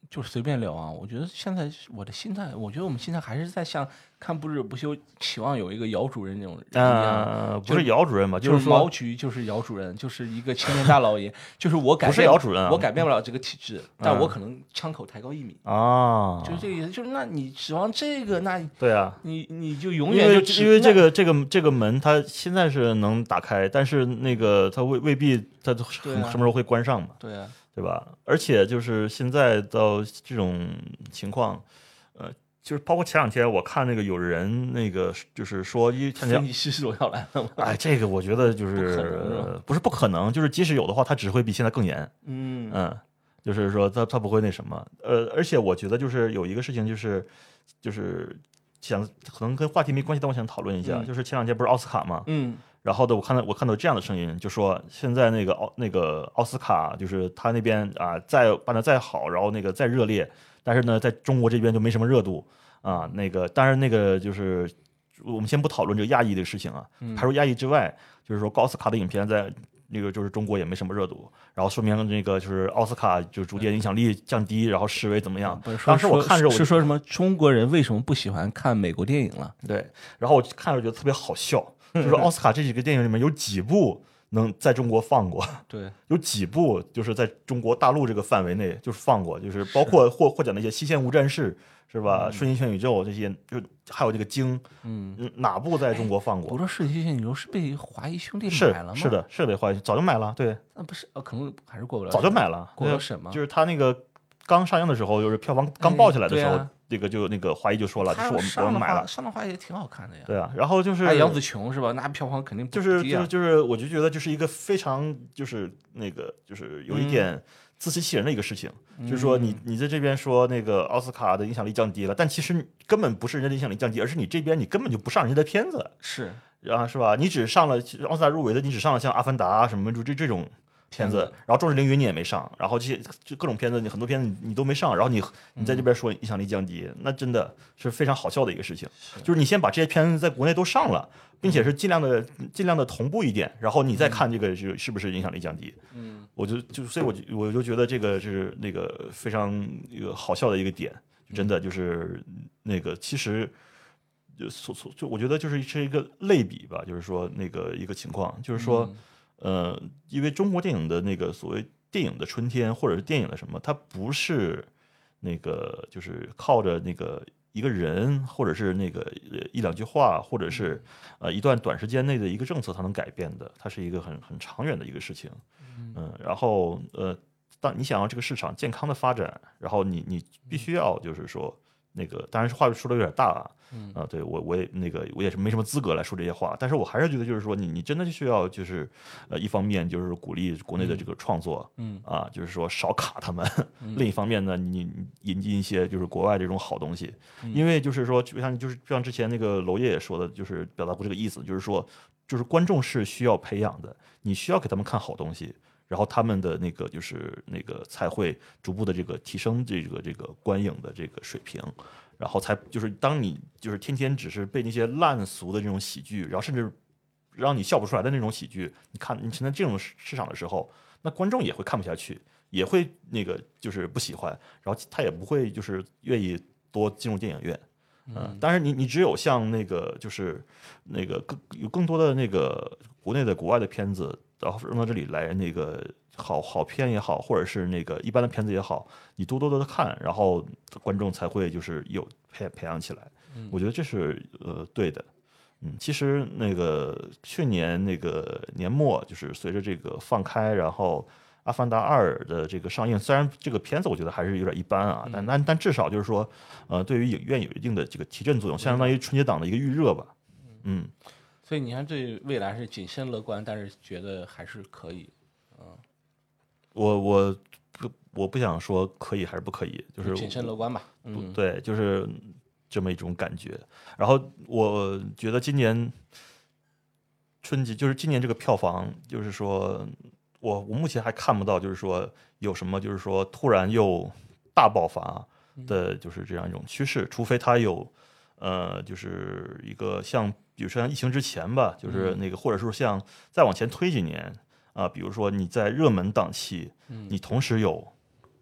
[SPEAKER 2] 就是随便聊啊。我觉得现在我的心态，我觉得我们现在还是在像看不日不休，期望有一个姚主任那种人一样。
[SPEAKER 1] 不是姚主任吧？
[SPEAKER 2] 就是
[SPEAKER 1] 说
[SPEAKER 2] 毛局就是姚主任，就是一个青年大老爷，就是我改变
[SPEAKER 1] 不是姚主任啊，
[SPEAKER 2] 我改变不了这个体制，但我可能枪口抬高1米
[SPEAKER 1] 啊，
[SPEAKER 2] 就是这个意思。就是那你指望这个，那
[SPEAKER 1] 对啊，
[SPEAKER 2] 你就永远就
[SPEAKER 1] 因为这个门它现在是能打开，但是那个它未必它什么时候会关上嘛？
[SPEAKER 2] 对啊。
[SPEAKER 1] 对吧？而且就是现在到这种情况，就是包括前2天我看那个有人那个就是说，
[SPEAKER 2] 分析师说要来了吗？
[SPEAKER 1] 哎，这个我觉得就是不是不可能，就是即使有的话，它只会比现在更严。就是说它不会那什么。而且我觉得就是有一个事情就是想可能跟话题没关系，但我想讨论一下，就是前2天不是奥斯卡吗？然后呢，我看到这样的声音，就说现在那个奥斯卡，就是他那边啊，再办的再好，然后那个再热烈，但是呢，在中国这边就没什么热度啊。那个当然那个就是我们先不讨论这个亚裔的事情啊，排除亚裔之外，就是说奥斯卡的影片在那个就是中国也没什么热度，然后说明那个就是奥斯卡就逐渐影响力降低，然后示威怎么样？当时我看着
[SPEAKER 2] 是说什么中国人为什么不喜欢看美国电影了？
[SPEAKER 1] 对，然后我看着觉得特别好笑。就是奥斯卡这几个电影里面有几部能在中国放过？
[SPEAKER 2] 对，
[SPEAKER 1] 有几部就是在中国大陆这个范围内就是放过，就是包括获奖那些《西线无战事》是吧？瞬息全宇宙这些，就还有这个鲸，哪部在中国放过？
[SPEAKER 2] 我说瞬息全宇宙是被华谊兄弟买了吗？
[SPEAKER 1] 是的，是被华谊早就买了，对。
[SPEAKER 2] 那不是可能还是过不了，
[SPEAKER 1] 早就买了，
[SPEAKER 2] 过了审吗？
[SPEAKER 1] 就是他那个刚上映的时候，就是票房刚爆起来的时候。那个华谊就说了，这是我们买了，
[SPEAKER 2] 上的话也挺好看的呀。
[SPEAKER 1] 对啊，然后就是
[SPEAKER 2] 杨紫琼是吧？那票房肯定不
[SPEAKER 1] 低啊。我就觉得这是一个非常就是有一点自欺欺人的一个事情，就是说你在这边说那个奥斯卡的影响力降低了，但其实根本不是人家的影响力降低，而是你这边你根本就不上人家的片子，
[SPEAKER 2] 是
[SPEAKER 1] 是吧？你只上了奥斯卡入围的，你只上了像《阿凡达》什么这种。片子，然后《壮志凌云》你也没上，然后这些就各种片子，你很多片子你都没上，然后你在这边说影响力降低，那真的是非常好笑的一个事情。就是你先把这些片子在国内都上了，并且是尽量的同步一点，然后你再看这个是不是影响力降低。所以我就觉得这个是那个非常一个好笑的一个点，真的就是那个其实就我觉得是一个类比吧，就是说那个一个情况，就是说。因为中国电影的那个所谓电影的春天，或者是电影的什么，它不是那个就是靠着那个一个人，或者是那个1-2句话，或者是一段短时间内的一个政策，它能改变的。它是一个很长远的一个事情。然后当你想要这个市场健康的发展，然后你必须要就是说那个，当然话说的有点大啊。对我也是没什么资格来说这些话，但是我还是觉得就是说你真的就需要就是一方面就是鼓励国内的这个创作，就是说少卡他们，另一方面呢，你引进一些就是国外这种好东西，因为就是说就像之前那个娄烨也说的，就是表达过这个意思，就是说就是观众是需要培养的，你需要给他们看好东西，然后他们的那个就是那个才会逐步的这个提升这个观影的这个水平。然后才就是当你就是天天只是被那些烂俗的这种喜剧，然后甚至让你笑不出来的那种喜剧，你存在这种市场的时候，那观众也会看不下去，也会那个就是不喜欢，然后他也不会就是愿意多进入电影院。当然你只有像那个就是那个有更多的那个国内的国外的片子，然后扔到这里来那个。好片也好，或者是那个一般的片子也好，你多的看，然后观众才会就是有培养起来。我觉得这是对的。其实那个去年那个年末，就是随着这个放开，然后《阿凡达2》的这个上映，虽然这个片子我觉得还是有点一般啊，但至少就是说，对于影院有一定的这个提振作用，相当于春节档的一个预热吧。
[SPEAKER 2] 所以你看对未来是谨慎乐观，但是觉得还是可以。
[SPEAKER 1] 我不想说可以还是不可以，就是
[SPEAKER 2] 谨慎乐观吧。
[SPEAKER 1] 对，就是这么一种感觉。然后我觉得今年春节就是今年这个票房，就是说我目前还看不到，就是说有什么就是说突然又大爆发的，就是这样一种趋势，除非它有就是一个像比如说像疫情之前吧，就是那个或者说像再往前推几年。比如说你在热门档期，你同时有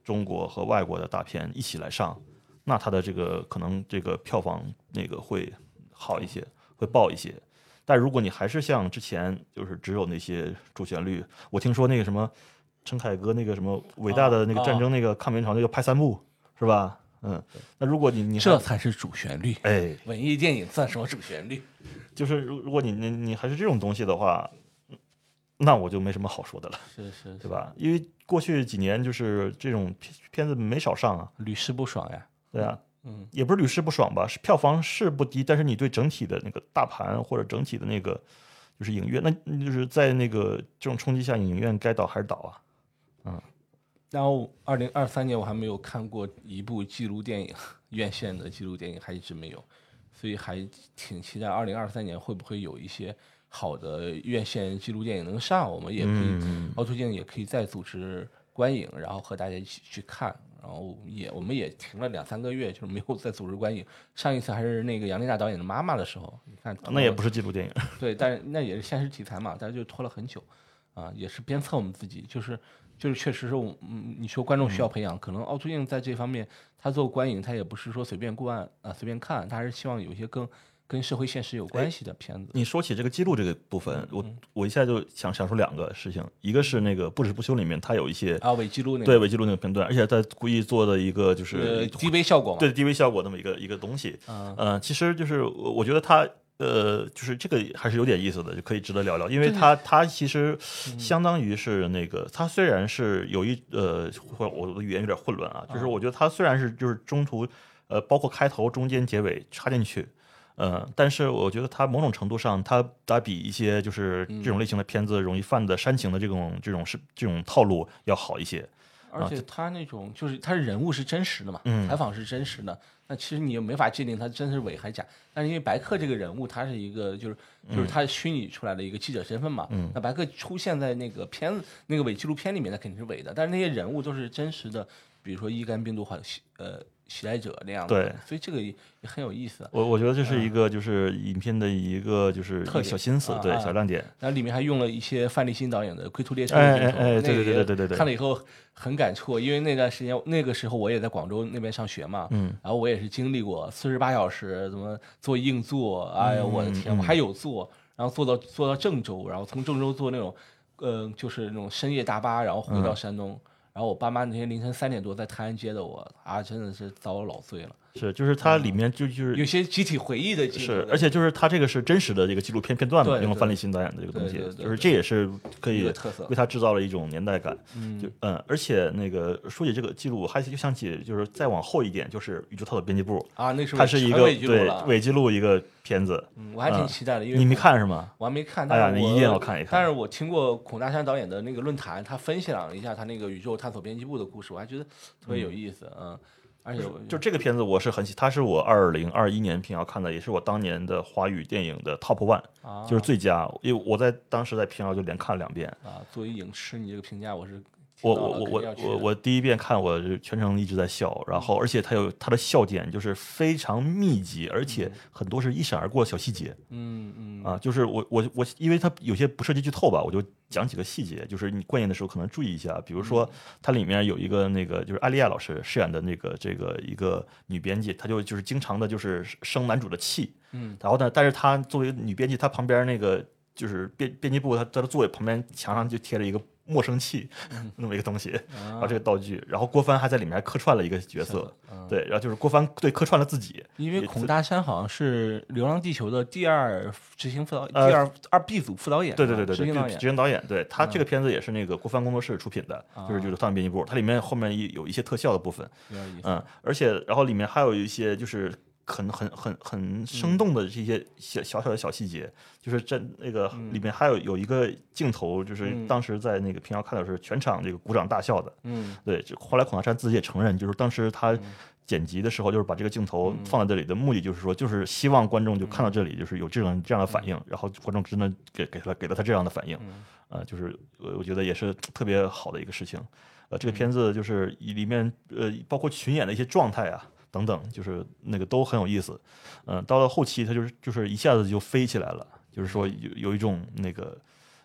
[SPEAKER 1] 中国和外国的大片一起来上，那它的这个可能这个票房那个会好一些，会爆一些。但如果你还是像之前就是只有那些主旋律，我听说那个什么陈凯歌那个什么伟大的那个战争那个抗美援朝那个拍3部是吧？那如果你
[SPEAKER 2] 这才是主旋律，
[SPEAKER 1] 哎，
[SPEAKER 2] 文艺电影算什么主旋律？
[SPEAKER 1] 就是如果你还是这种东西的话，那我就没什么好说的了，
[SPEAKER 2] 是，
[SPEAKER 1] 对吧？因为过去几年就是这种片子没少上啊，
[SPEAKER 2] 屡试不爽呀。
[SPEAKER 1] 对啊，也不是屡试不爽吧，是票房是不低，但是你对整体的那个大盘或者整体的那个就是影院，那就是在那个这种冲击下，影院该倒还是倒啊？
[SPEAKER 2] 然后2023年我还没有看过一部纪录电影，院线的纪录电影还一直没有，所以还挺期待2023年会不会有一些好的院线纪录电影能上，我们也可以，凹凸镜也可以再组织观影，然后和大家一起去看。然后我们也停了2-3个月，就是没有再组织观影。上一次还是那个杨丽娜导演的《妈妈》的时候，你看
[SPEAKER 1] 那也不是纪录电影，
[SPEAKER 2] 对，但是那也是现实题材嘛，大家就拖了很久，也是鞭策我们自己，就是确实是你说观众需要培养，可能凹凸镜在这方面，他做观影，他也不是说随便随便看，他还是希望有一些跟社会现实有关系的片子。
[SPEAKER 1] 你说起这个记录这个部分，我一下就想出2个事情，一个是那个不止不休里面，它有一些
[SPEAKER 2] 伪记录那个，
[SPEAKER 1] 对伪记录那个片段，而且他故意做的一个就是
[SPEAKER 2] 低微效果嘛，
[SPEAKER 1] 对低微效果那么一个东西，其实就是我觉得他。就是这个还是有点意思的，就可以值得聊聊，因为它其实相当于是那个，它虽然是有我的语言有点混乱啊，就是我觉得它虽然是就是中途包括开头、中间、结尾插进去，但是我觉得它某种程度上，它比一些就是这种类型的片子容易犯的煽情的这种套路要好一些。
[SPEAKER 2] 而且他那种就是他人物是真实的嘛，采访是真实的，那其实你也没法界定他真是伪还是假。但是因为白客这个人物，他是一个就是他虚拟出来的一个记者身份嘛，那白客出现在那个那个伪纪录片里面，那肯定是伪的。但是那些人物都是真实的，比如说乙肝病毒携带者那样的，
[SPEAKER 1] 对，
[SPEAKER 2] 所以这个也很有意思。
[SPEAKER 1] 我觉得这是一个就是影片的一个就是小心思，对，小亮点。
[SPEAKER 2] 然后里面还用了一些范立新导演的龟兔列车
[SPEAKER 1] 的
[SPEAKER 2] 镜头，
[SPEAKER 1] 对，
[SPEAKER 2] 看了以后很感触，因为那段时间那个时候我也在广州那边上学嘛，然后我也是经历过48小时怎么做硬座，哎呀我的天，我还有座，然后坐到郑州，然后从郑州坐那种就是那种深夜大巴，然后回到山东。然后我爸妈那天凌晨3点多在泰安接的我，真的是遭了老罪了。
[SPEAKER 1] 是，就是它里面就是
[SPEAKER 2] 有些集体回忆的镜头，
[SPEAKER 1] 是，而且就是它这个是真实的这个纪录片片段嘛，用范立新导演的这个东西，就是这也是可以为它制造了一种年代感。而且那个说起这个记录，还就想起就是再往后一点，就是《宇宙探索编辑部》
[SPEAKER 2] 那是
[SPEAKER 1] 它是一个对伪记录一个片子，
[SPEAKER 2] 我还挺期待的，因为
[SPEAKER 1] 你没看是吗？
[SPEAKER 2] 我还没看，
[SPEAKER 1] 哎呀，你一定要看一看。
[SPEAKER 2] 但是我听过孔大山导演的那个论坛，他分享了一下他那个《宇宙探索编辑部》的故事，我还觉得特别有意思，而且
[SPEAKER 1] 就这个片子我是很它是我2021年平遥看的，也是我当年的华语电影的 Top One，就是最佳。因为我当时在平遥就连看了2遍。
[SPEAKER 2] 作为影痴，你这个评价我是。
[SPEAKER 1] 我第一遍看我全程一直在笑，然后而且它的笑点就是非常密集，而且很多是一闪而过的小细节。就是我因为它有些不涉及剧透吧，我就讲几个细节，就是你观影的时候可能注意一下。比如说它里面有一个那个就是艾丽亚老师饰演的那个一个女编辑，她就是经常的就是生男主的气。然后呢，但是她作为女编辑，她旁边那个就是编辑部，她在座位旁边墙上就贴了一个莫生气那么一个东西，然后这个道具，然后郭帆还在里面客串了一个角色，对，然后就是郭帆客串了自己，
[SPEAKER 2] 因为孔大山好像是《流浪地球》的第2执行副导，第2 B 组副导演，
[SPEAKER 1] 对，执行导演，对他这个片子也是那个郭帆工作室出品的，就是探索编辑部，它里面后面有一些特效的部分，而且然后里面还有一些就是很生动的这些小的小细节，就是在那个里面还有一个镜头，就是当时在那个平遥看到是全场这个鼓掌大笑的。对，后来孔大山自己也承认，就是当时他剪辑的时候，就是把这个镜头放在这里的目的，就是说，就是希望观众就看到这里，就是有这样的反应，然后观众真的给了他这样的反应，就是我觉得也是特别好的一个事情。这个片子就是里面包括群演的一些状态啊。等等，就是那个都很有意思，到了后期，它就是一下子就飞起来了，就是说有一种那个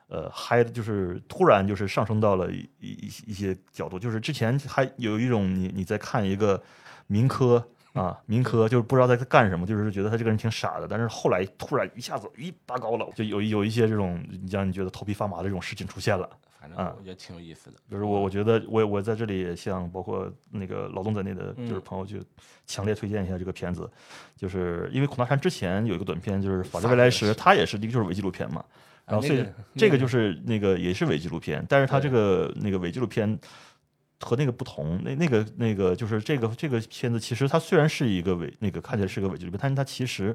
[SPEAKER 1] 嗨的，就是突然就是上升到了一些角度，就是之前还有一种你在看一个民科民科就是不知道在干什么，就是觉得他这个人挺傻的，但是后来突然一下子拔高了，就有一些这种让你觉得头皮发麻的这种事情出现了。
[SPEAKER 2] 反正我觉得挺有意思的。
[SPEAKER 1] 就是我觉得我在这里也向包括那个老东在内的就是朋友就强烈推荐一下这个片子，就是因为孔大山之前有一个短片就是《法治未来时》，它也是就是伪纪录片嘛。然后所以这个就是那个也是伪纪录片，但是它这个那个伪纪录片和那个不同，那个就是这个片子其实它虽然是一个看起来是个伪纪录片，但是它其实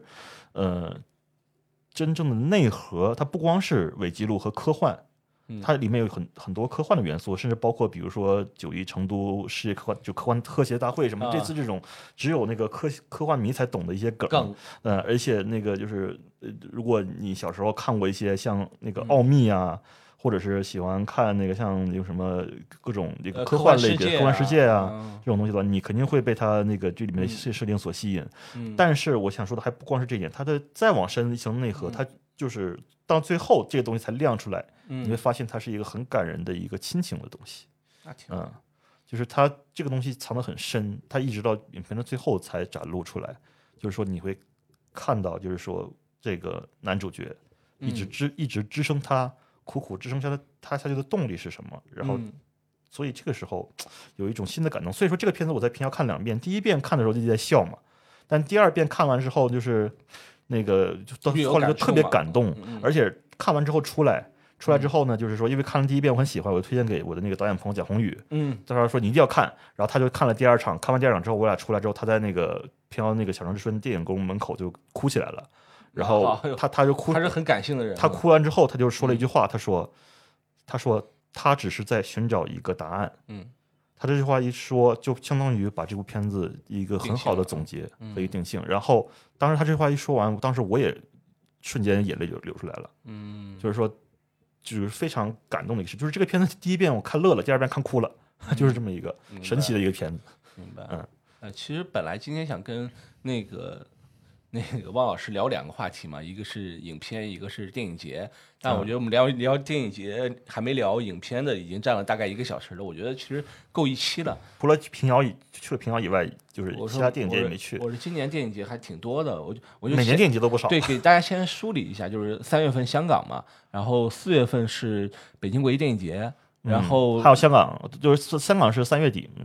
[SPEAKER 1] 真正的内核它不光是伪纪录和科幻。它里面有很多科幻的元素，甚至包括比如说9·1成都世界科幻科学大会什么，这次这种只有那个科幻迷才懂的一些梗，而且那个就是如果你小时候看过一些像那个奥秘啊，或者是喜欢看那个像有什么各种这个科幻类别、科幻世界啊这种东西的话，你肯定会被它那个这里面的设定所吸引。但是我想说的还不光是这一点，它的再往深一层内核，它就是到最后这个东西才亮出来，你会发现它是一个很感人的一个亲情的东西。就是它这个东西藏得很深，它一直到影片的最后才展露出来。就是说你会看到，就是说这个男主角一直支撑他苦苦支撑他下去的动力是什么，然后。所以这个时候有一种新的感动。所以说这个片子我在平遥看2遍，第一遍看的时候就在笑嘛，但第2遍看完之后就是那个就后来就特别感动，而且看完之后出来之后呢，就是说因为看了第一遍我很喜欢，我推荐给我的那个导演朋友蒋宏宇，他说你一定要看，然后他就看了第2场，看完第2场之后我俩出来之后，他在那个平遥那个小城之春电影宫门口就哭起来了，然后他就哭，
[SPEAKER 2] 他是很感性的人，
[SPEAKER 1] 他哭完之后他就说了一句话，他说他只是在寻找一个答案。他这句话一说，就相当于把这部片子一个很好的总结和一个定性。然后，当时他这句话一说完，当时我也瞬间眼泪就流出来了。就是说，就是非常感动的一个事。就是这个片子第一遍我看乐了，第2遍看哭了，就是这么一个神奇的一个片子。
[SPEAKER 2] 明白。其实本来今天想跟那个汪老师聊2个话题嘛，一个是影片，一个是电影节。但我觉得我们聊电影节还没聊影片的，已经占了大概1个小时了。我觉得其实够一期了。
[SPEAKER 1] 除了平遥以外，就是其他电影节也没去。
[SPEAKER 2] 我是今年电影节还挺多的，我就
[SPEAKER 1] 每年电影节都不少。
[SPEAKER 2] 对，给大家先梳理一下，就是3月份香港嘛，然后4月份是北京国际电影节。然后
[SPEAKER 1] 还有香港，就是香港是3月底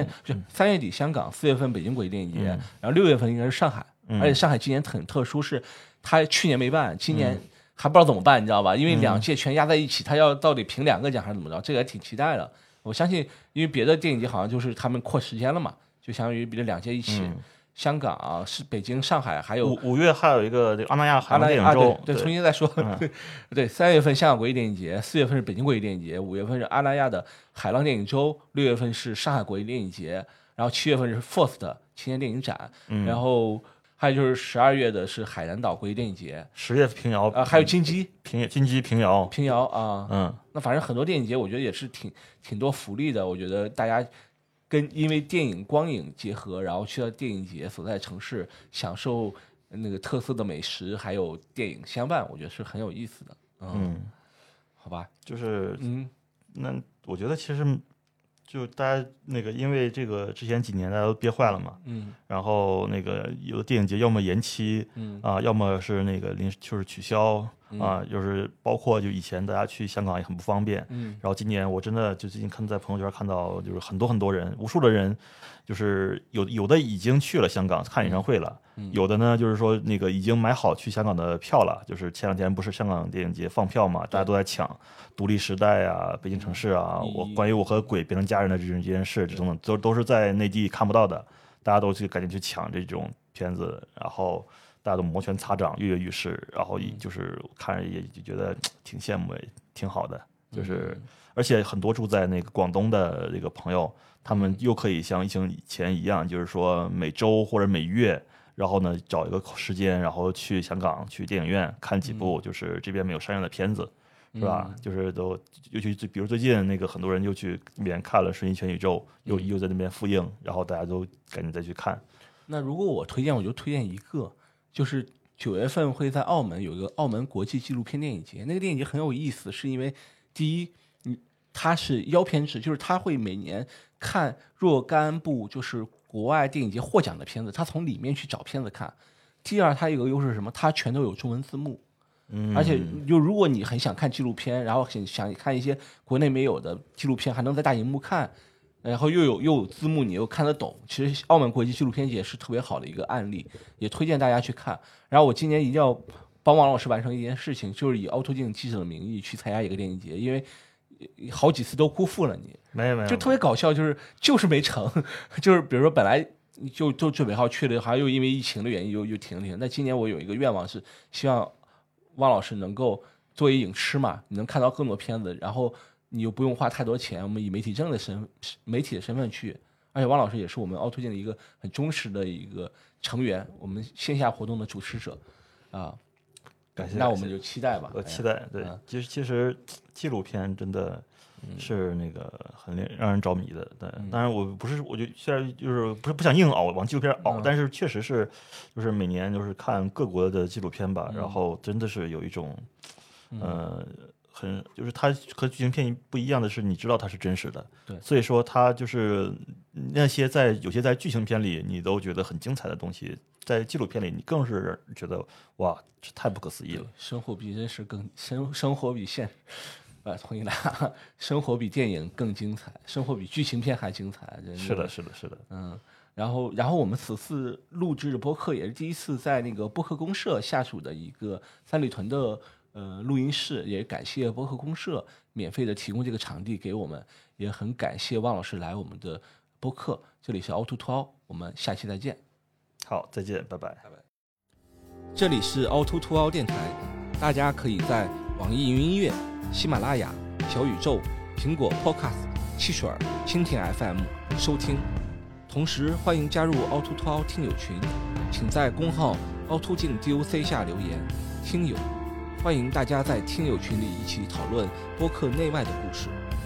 [SPEAKER 2] 3月底香港，4月份北京国际电影节，然后6月份应该是上海。而且上海今年很特殊，是他去年没办，今年还不知道怎么办，你知道吧？因为2届全压在一起，他要到底评2个奖还是怎么着？这个也挺期待的。我相信，因为别的电影节好像就是他们扩时间了嘛，就相当于比这2届一起。香港是北京、上海，还有
[SPEAKER 1] 5月还有一个这个阿那亚海洋电影周。
[SPEAKER 2] 对，重新再说。对，3月份香港国际电影节，4月份是北京国际电影节，5月份是阿那亚的海浪电影周，6月份是上海国际电影节，然后7月份是 FORCE 的青年电影展，然后。还有就是12月的是海南岛国际电影节
[SPEAKER 1] ，10月平遥
[SPEAKER 2] 还有金鸡
[SPEAKER 1] 平遥
[SPEAKER 2] 啊，那反正很多电影节我觉得也是挺多福利的。我觉得大家因为电影光影结合，然后去到电影节所在城市享受那个特色的美食，还有电影相伴，我觉得是很有意思的。好吧，
[SPEAKER 1] 就是那我觉得其实。就大家那个，因为这个之前几年大家都憋坏了嘛，然后那个有的电影节要么延期，要么是那个就是取消，就是包括就以前大家去香港也很不方便，然后今年我真的就最近在朋友圈看到，就是很多人，无数的人，就是有的已经去了香港看演唱会了，有的呢就是说那个已经买好去香港的票了，就是前2天不是香港电影节放票嘛，大家都在抢独立时代啊、北京城市啊，关于我和鬼变成家人的这件事，这种都是在内地看不到的，大家都去赶紧去抢这种片子，然后大家都摩拳擦掌、跃跃欲试，然后就是看着也就觉得挺羡慕，也挺好的，就是而且很多住在那个广东的这个朋友，他们又可以像疫情以前一样，就是说每周或者每月。然后呢，找一个时间，然后去香港去电影院看几部，就是这边没有上映的片子，是吧？就是尤其比如最近那个很多人又去那边看了《瞬息全宇宙》，又在那边复映，然后大家都赶紧再去看。
[SPEAKER 2] 那如果我推荐，我就推荐一个，就是 9月份会在澳门有一个澳门国际纪录片电影节，那个电影节很有意思，是因为第一，它是腰片制，就是它会每年看若干部就是国外电影节获奖的片子，它从里面去找片子看。第二，它有个优势是什么？它全都有中文字幕。而且就如果你很想看纪录片，然后想看一些国内没有的纪录片，还能在大荧幕看，然后又有字幕，你又看得懂。其实澳门国际纪录片节是特别好的一个案例，也推荐大家去看。然后我今年一定要帮王老师完成一件事情，就是以凹凸镜记者的名义去参加一个电影节，因为好几次都辜负了你。
[SPEAKER 1] 没有，
[SPEAKER 2] 就特别搞笑，就是没成，就是比如说本来就准备好去的，好像又因为疫情的原因又停了。那今年我有一个愿望是希望汪老师能够作为影痴嘛，你能看到更多片子，然后你又不用花太多钱，我们以媒体的身份去，而且汪老师也是我们凹凸镜的一个很忠实的一个成员，我们线下活动的主持者啊，
[SPEAKER 1] 感谢。
[SPEAKER 2] 那我们就期待吧。
[SPEAKER 1] 我期待，对，其实纪录片真的是那个很让人着迷的。对，当然我就虽然就是不想硬熬往纪录片熬，但是确实是就是每年就是看各国的纪录片吧，然后真的是有一种就是它和剧情片不一样的是，你知道它是真实的，
[SPEAKER 2] 对，
[SPEAKER 1] 所以说它就是那些有些在剧情片里你都觉得很精彩的东西，在纪录片里你更是觉得哇，这太不可思议了。
[SPEAKER 2] 生活比真实更生活比现同意啦，生活比电影更精彩，生活比剧情片还精彩。
[SPEAKER 1] 是的。
[SPEAKER 2] 然后我们此次录制的播客也是第一次在那个播客公社下属的一个三里屯的录音室，也感谢播客公社免费的提供这个场地给我们，也很感谢汪老师来我们的播客。这里是凹凸凸凹，我们下期再见。
[SPEAKER 1] 好，再见，拜拜。
[SPEAKER 2] 这里是凹凸凸凹电台，大家可以在网易云音乐、喜马拉雅、小宇宙、苹果 Podcast、汽水、蜻蜓 FM 收听。同时欢迎加入凹凸凸凹听友群，请在公号凹凸镜 DOC 下留言。听友，欢迎大家在听友群里一起讨论播客内外的故事。